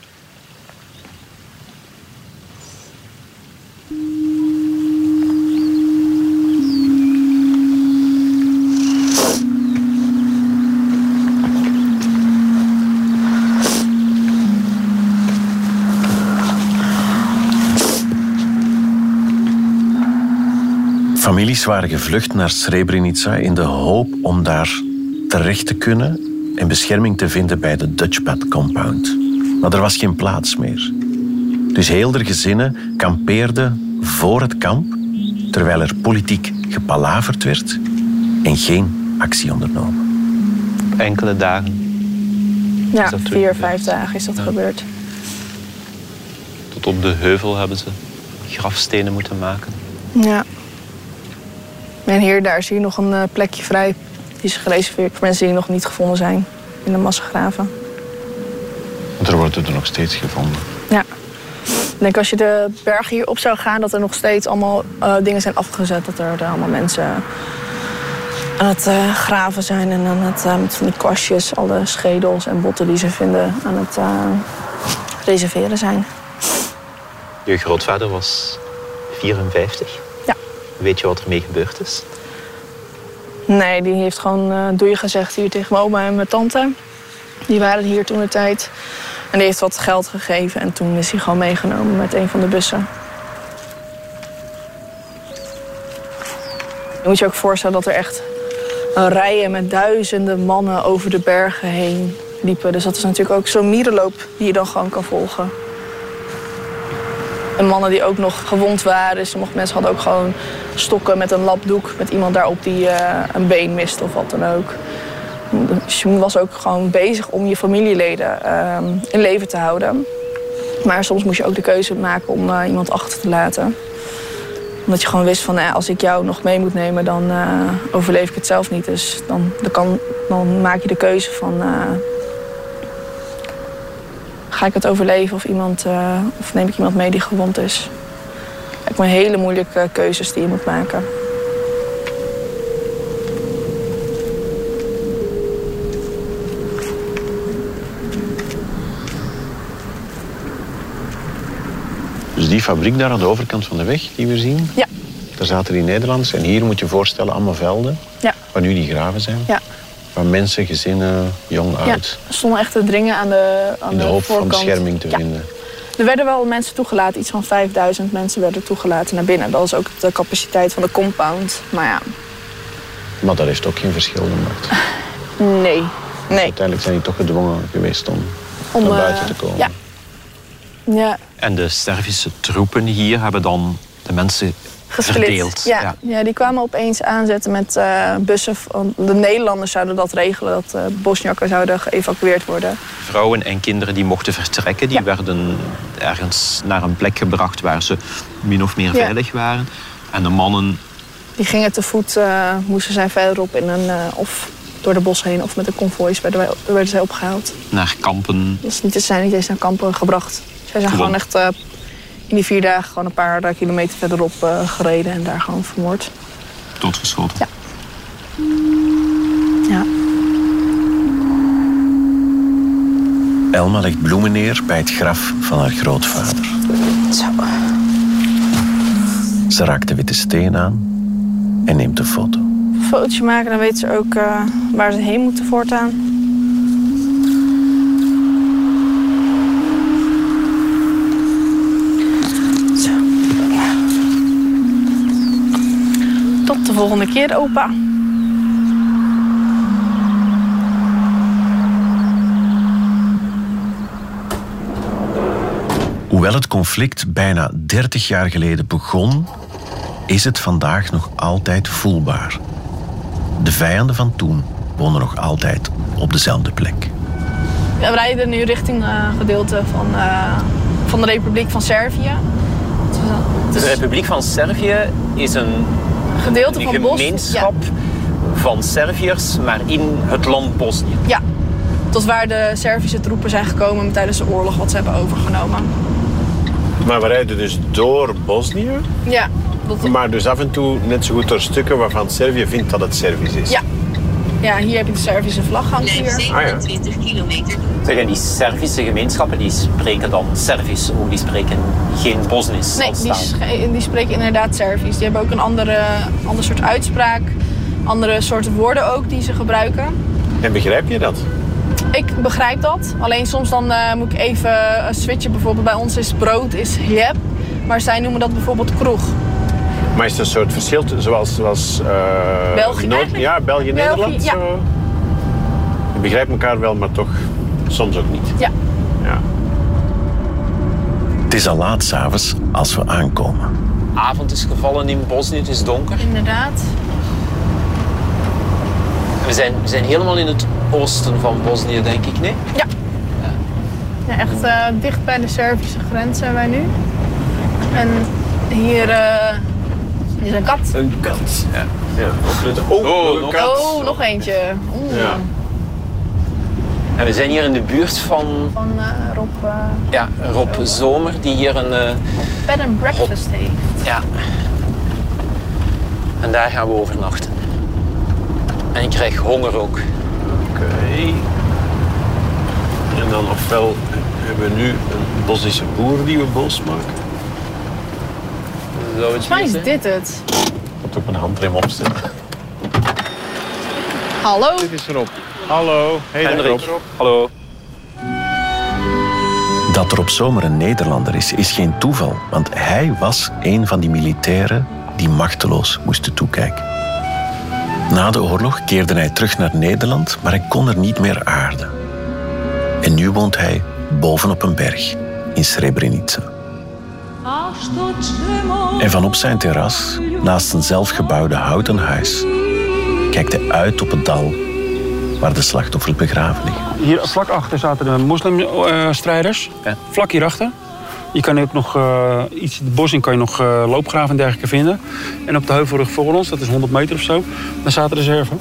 Families waren gevlucht naar Srebrenica in de hoop om daar terecht te kunnen en bescherming te vinden bij de Dutchbat Compound. Maar er was geen plaats meer. Dus heel de gezinnen kampeerden voor het kamp, terwijl er politiek gepalaverd werd en geen actie ondernomen. Enkele dagen. Ja, vier, vijf dagen is dat ja. gebeurd. Tot op de heuvel hebben ze grafstenen moeten maken. Ja. En hier, daar zie je nog een plekje vrij. Die is gereserveerd voor mensen die nog niet gevonden zijn in de massagraven. Want er worden er nog steeds gevonden. Ja. Ik denk als je de bergen hier op zou gaan, dat er nog steeds allemaal uh, dingen zijn afgezet. Dat er, er allemaal mensen aan het uh, graven zijn en aan het, uh, met van die kwastjes, alle schedels en botten die ze vinden aan het uh, reserveren zijn. Je grootvader was vierenvijftig. Ja. Weet je wat ermee gebeurd is? Nee, die heeft gewoon uh, doei gezegd hier tegen mijn oma en mijn tante. Die waren hier toen de tijd. En die heeft wat geld gegeven en toen is hij gewoon meegenomen met een van de bussen. Je moet je ook voorstellen dat er echt rijen met duizenden mannen over de bergen heen liepen. Dus dat is natuurlijk ook zo'n mierenloop die je dan gewoon kan volgen. En mannen die ook nog gewond waren. Sommige mensen hadden ook gewoon stokken met een lapdoek met iemand daarop die uh, een been miste of wat dan ook. Dus je was ook gewoon bezig om je familieleden uh, in leven te houden. Maar soms moest je ook de keuze maken om uh, iemand achter te laten. Omdat je gewoon wist van eh, als ik jou nog mee moet nemen, dan uh, overleef ik het zelf niet. Dus dan, dan, kan, dan maak je de keuze van uh, ga ik het overleven of, iemand, uh, of neem ik iemand mee die gewond is. Het zijn hele moeilijke keuzes die je moet maken. Dus die fabriek daar aan de overkant van de weg die we zien, ja. Daar zaten die Nederlanders. En hier moet je voorstellen allemaal velden, ja. Waar nu die graven zijn. Ja. Waar mensen, gezinnen, jong, ja. oud. Er stonden echt te dringen aan de, aan in de, de hoop voorkant. van bescherming te ja. vinden. Er werden wel mensen toegelaten, iets van vijfduizend mensen werden toegelaten naar binnen. Dat was ook de capaciteit van de compound, maar ja. Maar dat heeft ook geen verschil gemaakt. Nee, nee. Uiteindelijk zijn die toch gedwongen geweest om, om naar buiten uh, te komen. Ja. Ja. En de Servische troepen hier hebben dan de mensen Gesplit. verdeeld. Ja, ja. ja, die kwamen opeens aanzetten met uh, bussen. De Nederlanders zouden dat regelen, dat uh, Bosniakken zouden geëvacueerd worden. Vrouwen en kinderen die mochten vertrekken, die ja. werden ergens naar een plek gebracht waar ze min of meer ja. veilig waren. En de mannen... Die gingen te voet, uh, moesten zij verderop in een, uh, of door de bos heen of met de konvoois werden, wij, werden zij opgehaald. Naar kampen? Dus niet, ze zijn niet eens naar kampen gebracht. Zij zijn gewoon, gewoon echt uh, in die vier dagen gewoon een paar uh, kilometer verderop uh, gereden en daar gewoon vermoord. Doodgeschoten? Ja. Ja. Elma legt bloemen neer bij het graf van haar grootvader. Zo. Ze raakt de witte steen aan en neemt een foto. Een fotootje maken, dan weet ze ook uh, waar ze heen moeten voortaan. Zo. Tot de volgende keer, opa. Hoewel het conflict bijna dertig jaar geleden begon, is het vandaag nog altijd voelbaar. De vijanden van toen wonen nog altijd op dezelfde plek. We rijden nu richting uh, gedeelte van, uh, van de Republiek van Servië. Dus... De Republiek van Servië is een, gedeelte een van gemeenschap Bos... ja. van Serviërs, maar in het land Bosnië. Ja, tot waar de Servische troepen zijn gekomen tijdens de oorlog wat ze hebben overgenomen. Maar we rijden dus door Bosnië? Ja. Dat... Maar dus af en toe net zo goed door stukken waarvan Servië vindt dat het Servisch is? Ja. Ja, hier heb je de Servische vlag hangt hier. zevenentwintig kilometer. Zeg, die Servische gemeenschappen die spreken dan Servisch, ook die spreken geen Bosnisch? Nee, die, die spreken inderdaad Servisch. Die hebben ook een andere, ander soort uitspraak, andere soorten woorden ook die ze gebruiken. En begrijp je dat? Ik begrijp dat. Alleen soms dan uh, moet ik even switchen. Bijvoorbeeld bij ons is brood is jeb, maar zij noemen dat bijvoorbeeld kroeg. Maar is het een soort verschil zoals... zoals uh, België Noord, Ja, België-Nederland? Ja. Zo. Je begrijpt elkaar wel, maar toch soms ook niet. Ja. ja. Het is al laat 's avonds als we aankomen. Avond is gevallen in Bosnië, het is donker. Inderdaad. We zijn, we zijn helemaal in het oosten van Bosnië, denk ik, nee? Ja. Ja, echt uh, dicht bij de Servische grens zijn wij nu. En hier uh, is een kat. Een kat, ja. ja. Oh, oh, nog een kat. Oh, nog eentje. Oeh. Ja. En we zijn hier in de buurt van... Van uh, Rob... Uh, ja, Rob Zomer, die hier een... Uh, bed and breakfast Rob... heeft. Ja. En daar gaan we overnachten. En ik krijg honger ook. Oké. Okay. En dan ofwel hebben we nu een Bosnische boer die we boos maken. Volgens mij is dit het. Ik moet ook mijn handrem opzetten. Hallo? Dit is Rob. Hallo. Hey, Hendrik. Rob. Hallo. Dat Rob Zomer een Nederlander is, is geen toeval. Want hij was een van die militairen die machteloos moesten toekijken. Na de oorlog keerde hij terug naar Nederland, maar hij kon er niet meer aarden. En nu woont hij bovenop een berg in Srebrenica. En vanop zijn terras, naast een zelfgebouwde houten huis, kijkt hij uit op het dal waar de slachtoffers begraven liggen. Hier vlak achter zaten de moslimstrijders. Ja. Vlak hierachter. Je kan ook nog uh, iets in het bos in kan je nog uh, loopgraven en dergelijke vinden. En op de heuvelrug voor ons, dat is honderd meter of zo, daar zaten reserven.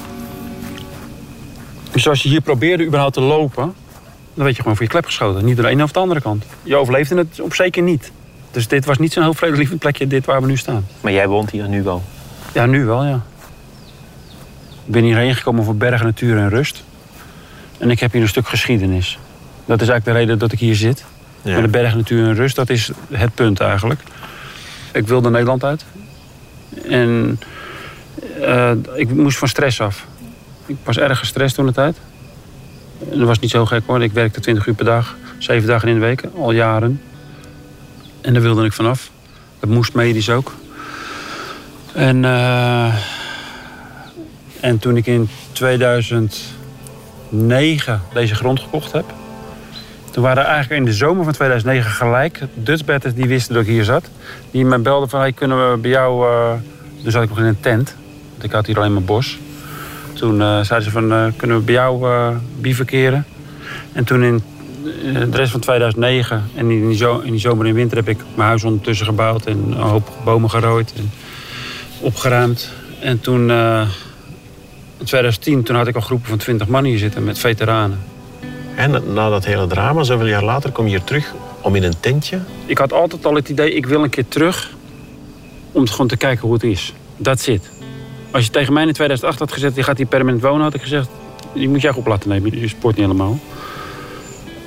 Dus als je hier probeerde überhaupt te lopen, dan werd je gewoon voor je klep geschoten. Niet de ene of de andere kant. Je overleefde het op zeker niet. Dus dit was niet zo'n heel vredelievend plekje, dit waar we nu staan. Maar jij woont hier nu wel? Ja, nu wel, ja. Ik ben hierheen gekomen voor bergen, natuur en rust. En ik heb hier een stuk geschiedenis. Dat is eigenlijk de reden dat ik hier zit. Ja. Maar de bergen, natuur en rust, dat is het punt eigenlijk. Ik wilde Nederland uit. En uh, ik moest van stress af. Ik was erg gestrest toen de tijd. En dat was niet zo gek hoor. Ik werkte twintig uur per dag, zeven dagen in de week, al jaren. En daar wilde ik vanaf. Dat moest medisch ook. En, uh, en toen ik in tweeduizend negen deze grond gekocht heb, toen waren er eigenlijk in de zomer van tweeduizend negen gelijk Dutchbatters die wisten dat ik hier zat. Die mij belden van, hey, kunnen we bij jou... Uh... Toen zat ik nog in een tent. Want ik had hier alleen maar bos. Toen uh, zeiden ze van, uh, kunnen we bij jou uh, bivakeren? En toen in uh, de rest van tweeduizend negen en in die, zo in die zomer en winter heb ik mijn huis ondertussen gebouwd en een hoop bomen gerooid en opgeruimd. En toen, uh, in tweeduizend tien, toen had ik al groepen van twintig man hier zitten met veteranen. En na dat hele drama, zoveel jaar later, kom je hier terug om in een tentje? Ik had altijd al het idee, ik wil een keer terug om gewoon te kijken hoe het is. That's it. Als je tegen mij in tweeduizend acht had gezegd, je gaat hier permanent wonen, had ik gezegd, die moet jij op laten nemen, je sport niet helemaal.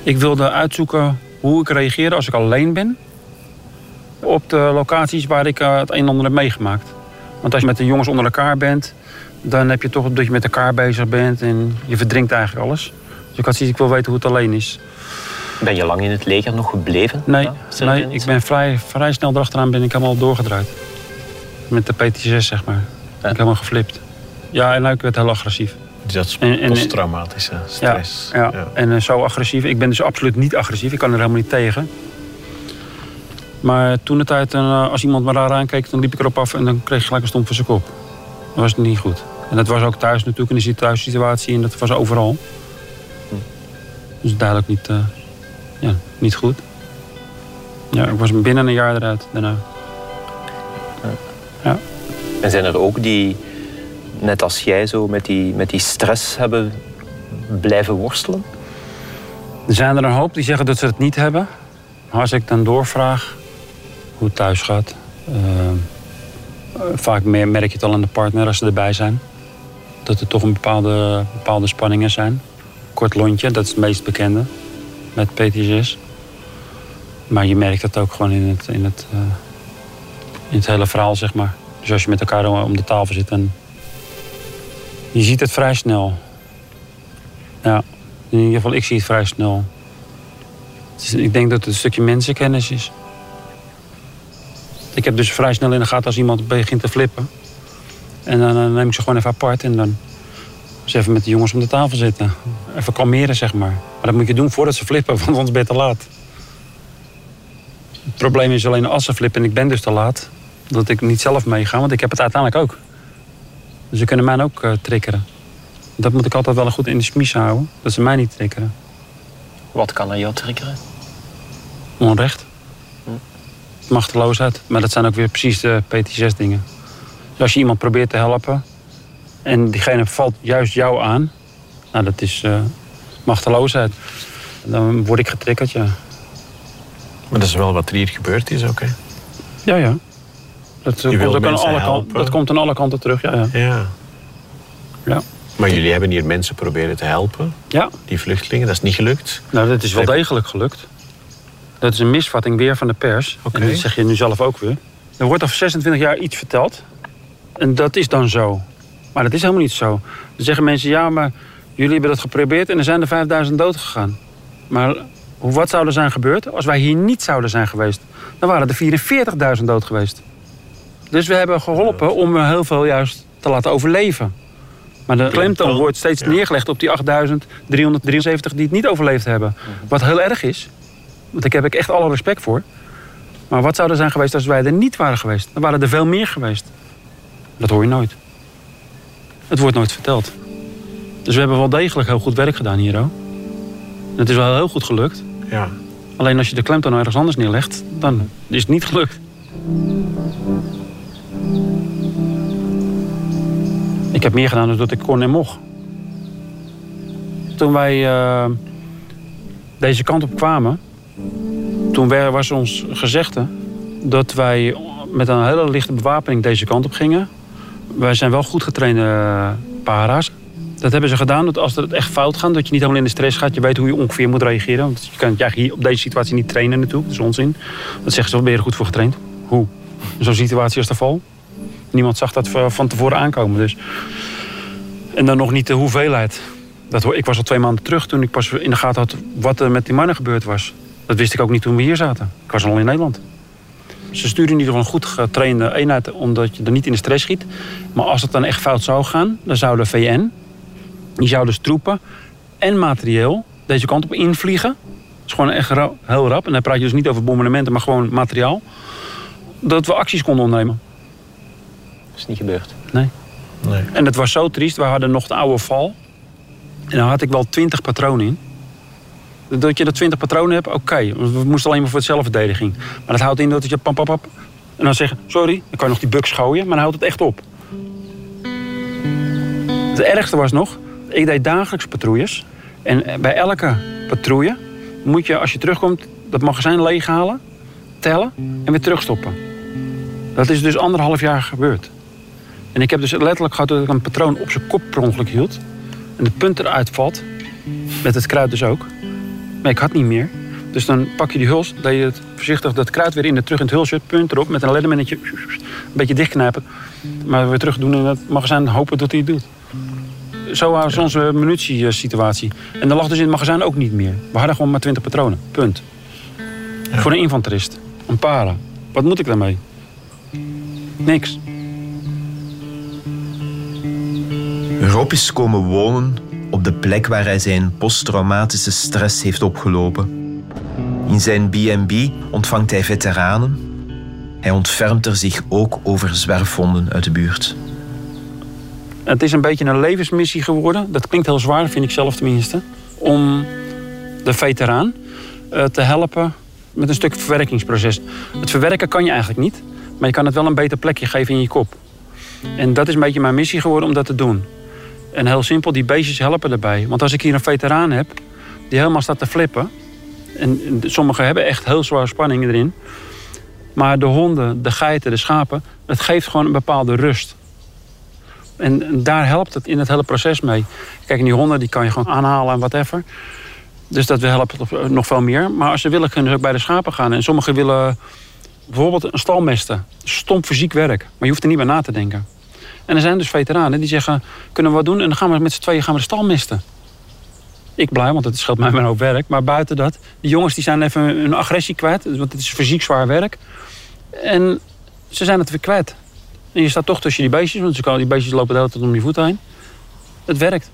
Ik wilde uitzoeken hoe ik reageerde als ik alleen ben op de locaties waar ik het een en ander heb meegemaakt. Want als je met de jongens onder elkaar bent, dan heb je toch dat je met elkaar bezig bent en je verdrinkt eigenlijk alles. Dus ik had zoiets, ik wil weten hoe het alleen is. Ben je lang in het leger nog gebleven? Nee, ja, nee ik ben vrij, vrij snel erachteraan ben ik helemaal doorgedraaid. Met de P T S S, zeg maar. Ja. Ik ben helemaal geflipt. Ja, en ik werd heel agressief. Dus dat is posttraumatische stress. Ja, ja. ja. en uh, zo agressief. Ik ben dus absoluut niet agressief. Ik kan er helemaal niet tegen. Maar toen de tijd, uh, als iemand me raar aankeek, dan liep ik erop af en dan kreeg ik gelijk een stomp voor zijn kop. Dat was niet goed. En dat was ook thuis natuurlijk in de thuissituatie en dat was overal. Hm. Dus duidelijk niet, uh, ja, niet goed. Ja, ik was binnen een jaar eruit daarna. Ja. Ja. En zijn er ook die, net als jij zo, met die, met die stress hebben blijven worstelen? Er zijn er een hoop die zeggen dat ze het niet hebben. Maar als ik dan doorvraag hoe het thuis gaat, uh, vaak merk je het al aan de partner als ze erbij zijn. Dat er toch een bepaalde, bepaalde spanningen zijn. Kort lontje, dat is het meest bekende met P T S S. Maar je merkt dat ook gewoon in het, in het, uh, in het hele verhaal, zeg maar. Dus als je met elkaar om de tafel zit, dan je ziet het vrij snel. Ja, in ieder geval, ik zie het vrij snel. Dus ik denk dat het een stukje mensenkennis is. Ik heb dus vrij snel in de gaten als iemand begint te flippen. En dan, dan neem ik ze gewoon even apart en dan eens even met de jongens om de tafel zitten. Even kalmeren, zeg maar. Maar dat moet je doen voordat ze flippen, want anders ben je te laat. Het probleem is alleen als ze flippen en ik ben dus te laat, dat ik niet zelf meega, want ik heb het uiteindelijk ook. Dus ze kunnen mij ook uh, triggeren. Dat moet ik altijd wel goed in de smies houden, dat ze mij niet triggeren. Wat kan er jou triggeren? Onrecht. Hm. Machteloosheid. Maar dat zijn ook weer precies de P T S S dingen. Dus als je iemand probeert te helpen en diegene valt juist jou aan, nou dat is uh, machteloosheid. Dan word ik getriggerd, ja. Maar dat is wel wat er hier gebeurd is ook, hè? Ja, ja. Dat, komt ook aan alle kanten, dat komt aan alle kanten terug, ja. Ja. ja. ja. Maar jullie hebben hier mensen proberen te helpen? Ja. Die vluchtelingen, dat is niet gelukt? Nou, dat is wel degelijk gelukt. Dat is een misvatting weer van de pers. Okay. En dat zeg je nu zelf ook weer. Er wordt al zesentwintig jaar iets verteld. En dat is dan zo. Maar dat is helemaal niet zo. Dan zeggen mensen, ja, maar jullie hebben dat geprobeerd en er zijn er vijfduizend dood gegaan. Maar wat zou er zijn gebeurd als wij hier niet zouden zijn geweest? Dan waren er vierenveertigduizend dood geweest. Dus we hebben geholpen om heel veel juist te laten overleven. Maar de klemtoon wordt steeds ja. neergelegd op die achtduizend driehonderddrieënzeventig die het niet overleefd hebben. Wat heel erg is. Want daar heb ik echt alle respect voor. Maar wat zou er zijn geweest als wij er niet waren geweest? Dan waren er veel meer geweest. Dat hoor je nooit. Het wordt nooit verteld. Dus we hebben wel degelijk heel goed werk gedaan hier ook. Het is wel heel goed gelukt. Ja. Alleen als je de klemtoon ergens anders neerlegt, dan is het niet gelukt. Ik heb meer gedaan dan dat ik kon en mocht. Toen wij uh, deze kant op kwamen, toen was ons gezegde dat wij met een hele lichte bewapening deze kant op gingen. Wij zijn wel goed getrainde para's. Dat hebben ze gedaan, dat als het echt fout gaat, dat je niet helemaal in de stress gaat. Je weet hoe je ongeveer moet reageren. Want je kan ja, hier op deze situatie niet trainen natuurlijk. Dat is onzin. Dat zeggen ze, ben je er goed voor getraind? Hoe? In zo'n situatie als de val. Niemand zag dat van tevoren aankomen. Dus. En dan nog niet de hoeveelheid. Dat, ik was al twee maanden terug toen ik pas in de gaten had wat er met die mannen gebeurd was. Dat wist ik ook niet toen we hier zaten. Ik was al in Nederland. Ze sturen in ieder geval een goed getrainde eenheid omdat je er niet in de stress schiet. Maar als het dan echt fout zou gaan, dan zou de V N, die zou dus troepen en materieel deze kant op invliegen. Dat is gewoon echt heel rap. En dan praat je dus niet over bombardementen, maar gewoon materiaal. Dat we acties konden ondernemen. Dat is niet gebeurd. Nee. nee. En het was zo triest. We hadden nog de oude val. En dan had ik wel twintig patronen in. Dat je dat twintig patronen hebt, oké. Okay. We moesten alleen maar voor het zelfverdediging. Maar dat houdt in dat je pam, pam, pam. En dan zeggen, sorry, dan kan je nog die buks gooien. Maar dan houdt het echt op. Het ergste was nog, ik deed dagelijks patrouilles. En bij elke patrouille moet je, als je terugkomt, dat magazijn leeghalen, tellen en weer terugstoppen. Dat is dus anderhalf jaar gebeurd. En ik heb dus letterlijk gehad dat ik een patroon op zijn kop per ongeluk hield. En de punt eruit valt. Met het kruid dus ook. Maar ik had niet meer. Dus dan pak je die huls, dat je het voorzichtig dat kruid weer in de, terug in het hulsje, punt erop, met een leddermannetje, een beetje dichtknijpen. Maar weer terug doen in het magazijn, hopen dat hij het doet. Zo was ja. onze munitiesituatie. En dat lag dus in het magazijn ook niet meer. We hadden gewoon maar twintig patronen, punt. Ja. Voor een infanterist, een para. Wat moet ik daarmee? Niks. Rob is komen wonen op de plek waar hij zijn posttraumatische stress heeft opgelopen. In zijn B en B ontvangt hij veteranen. Hij ontfermt er zich ook over zwerfhonden uit de buurt. Het is een beetje een levensmissie geworden. Dat klinkt heel zwaar, vind ik zelf tenminste. Om de veteraan uh, te helpen met een stuk verwerkingsproces. Het verwerken kan je eigenlijk niet. Maar je kan het wel een beter plekje geven in je kop. En dat is een beetje mijn missie geworden om dat te doen. En heel simpel, die beestjes helpen erbij. Want als ik hier een veteraan heb die helemaal staat te flippen. En sommigen hebben echt heel zware spanning erin. Maar de honden, de geiten, de schapen, het geeft gewoon een bepaalde rust. En daar helpt het in het hele proces mee. Kijk, die honden die kan je gewoon aanhalen en whatever. Dus dat helpt nog veel meer. Maar als ze willen, kunnen ze ook bij de schapen gaan. En sommigen willen bijvoorbeeld een stal mesten. Stom fysiek werk. Maar je hoeft er niet bij na te denken. En er zijn dus veteranen die zeggen, kunnen we wat doen? En dan gaan we met z'n tweeën gaan we de stal mesten. Ik blij, want het scheelt mij mijn hoop werk. Maar buiten dat, die jongens die zijn even hun agressie kwijt. Want het is fysiek zwaar werk. En ze zijn het weer kwijt. En je staat toch tussen die beestjes. Want die beestjes lopen de hele tijd om je voeten heen. Het werkt.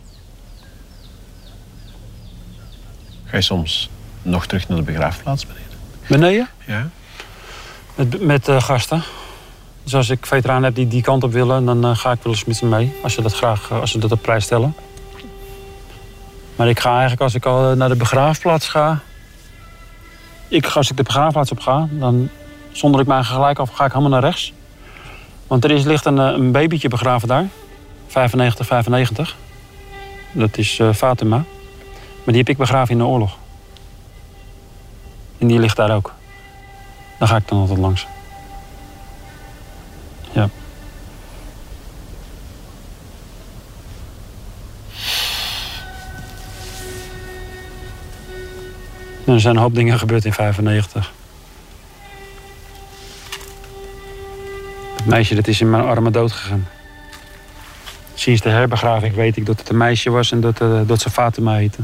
Ga je soms nog terug naar de begraafplaats beneden? Beneden? Ja. Met, met uh, gasten. Dus als ik veteranen heb die die kant op willen, dan uh, ga ik wel eens met ze mee. Als ze dat graag uh, als ze dat op prijs stellen. Maar ik ga eigenlijk, als ik al naar de begraafplaats ga... Ik, als ik de begraafplaats op ga, dan zonder ik mij gelijk af, ga ik helemaal naar rechts. Want er is, ligt een, een babytje begraven daar. vijfennegentig, vijfennegentig. Dat is uh, Fatima. Maar die heb ik begraven in de oorlog. En die ligt daar ook. Daar ga ik dan altijd langs. Ja. Er zijn een hoop dingen gebeurd in vijfennegentig. Het meisje dat is in mijn armen dood gegaan. Sinds de herbegraving weet ik dat het een meisje was en dat, uh, dat ze Fatima heette.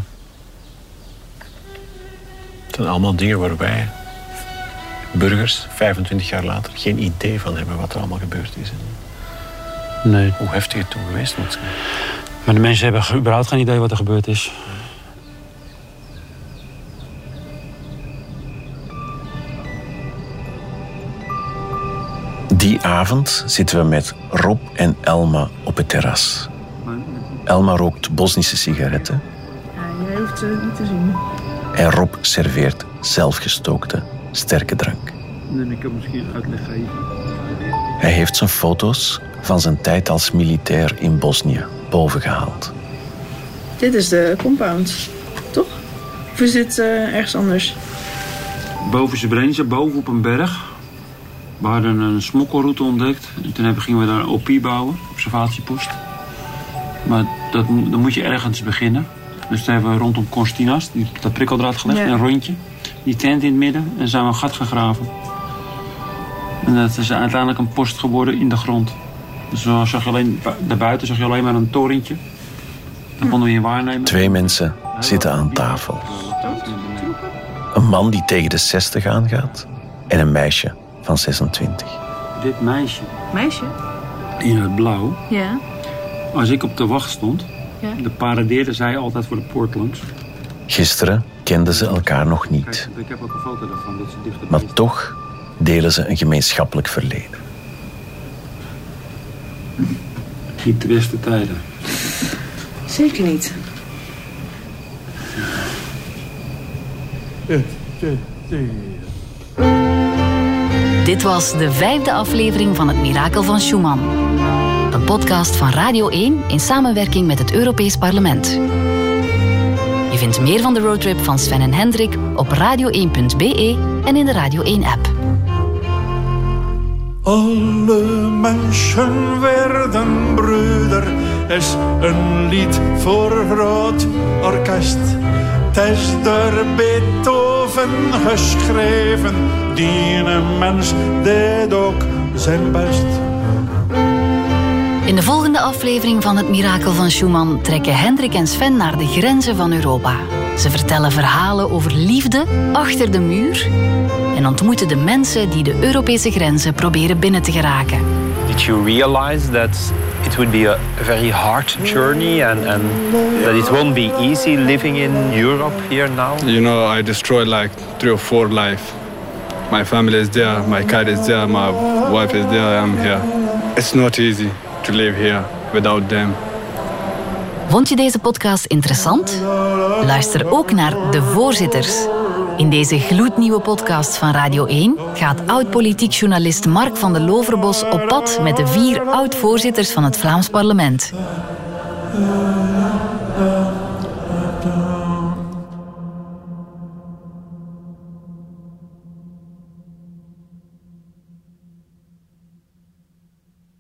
Het zijn allemaal dingen waar wij, burgers, vijfentwintig jaar later, geen idee van hebben wat er allemaal gebeurd is. Nee. Hoe heftig het toen geweest moet zijn. Maar de mensen hebben überhaupt geen idee wat er gebeurd is. Die avond zitten we met Rob en Elma op het terras. Elma rookt Bosnische sigaretten. Ja, jij hoeft het niet te zien. En Rob serveert zelfgestookte sterke drank. En ik kan misschien uitleg geven. Hij heeft zijn foto's van zijn tijd als militair in Bosnië bovengehaald. Dit is de compound, toch? Of is dit uh, ergens anders? Boven Srebrenica, boven op een berg. We hadden een smokkelroute ontdekt. En toen gingen we daar een O P bouwen, observatiepost. Maar dat, dan moet je ergens beginnen. Dus toen hebben we rondom Konstinas, dat prikkeldraad gelegd, ja. Een rondje. Die tent in het midden en zijn we een gat gegraven. En dat is uiteindelijk een post geworden in de grond. Dus zo zag je alleen, daarbuiten zag je alleen maar een torentje. Dat konden we hier waarnemen. Twee mensen zitten aan tafel. Een man die tegen de zestig aangaat en een meisje van zesentwintig. Dit meisje. Meisje? In het blauw. Ja. Als ik op de wacht stond, ja. De paradeerde zij altijd voor de poort langs. Gisteren kenden ze elkaar nog niet. Kijk, ik heb ook een foto daarvan. Dat ze dichter maar toch delen ze een gemeenschappelijk verleden. Niet de beste tijden. Zeker niet. Dit was de vijfde aflevering van Het Mirakel van Schumann. Een podcast van Radio één in samenwerking met het Europees Parlement. Je vindt meer van de roadtrip van Sven en Hendrik op radio één punt b e en in de Radio één app. Alle mensen werden broeder is een lied voor groot orkest. Het is door Beethoven geschreven. Die mens deed ook zijn best. In de volgende aflevering van Het Mirakel van Schumann trekken Hendrik en Sven naar de grenzen van Europa. Ze vertellen verhalen over liefde achter de muur en ontmoeten de mensen die de Europese grenzen proberen binnen te geraken. Did you realize that it would be a very hard journey and, and that it won't be easy living in Europe here now? You know, I destroyed like three or four lives. My family is there, my cat is there, my wife is there, I'm here. It's not easy to live here without them. Vond je deze podcast interessant? Luister ook naar De Voorzitters. In deze gloednieuwe podcast van Radio één gaat oud-politiek journalist Mark van de Loverbos op pad met de vier oud-voorzitters van het Vlaams Parlement.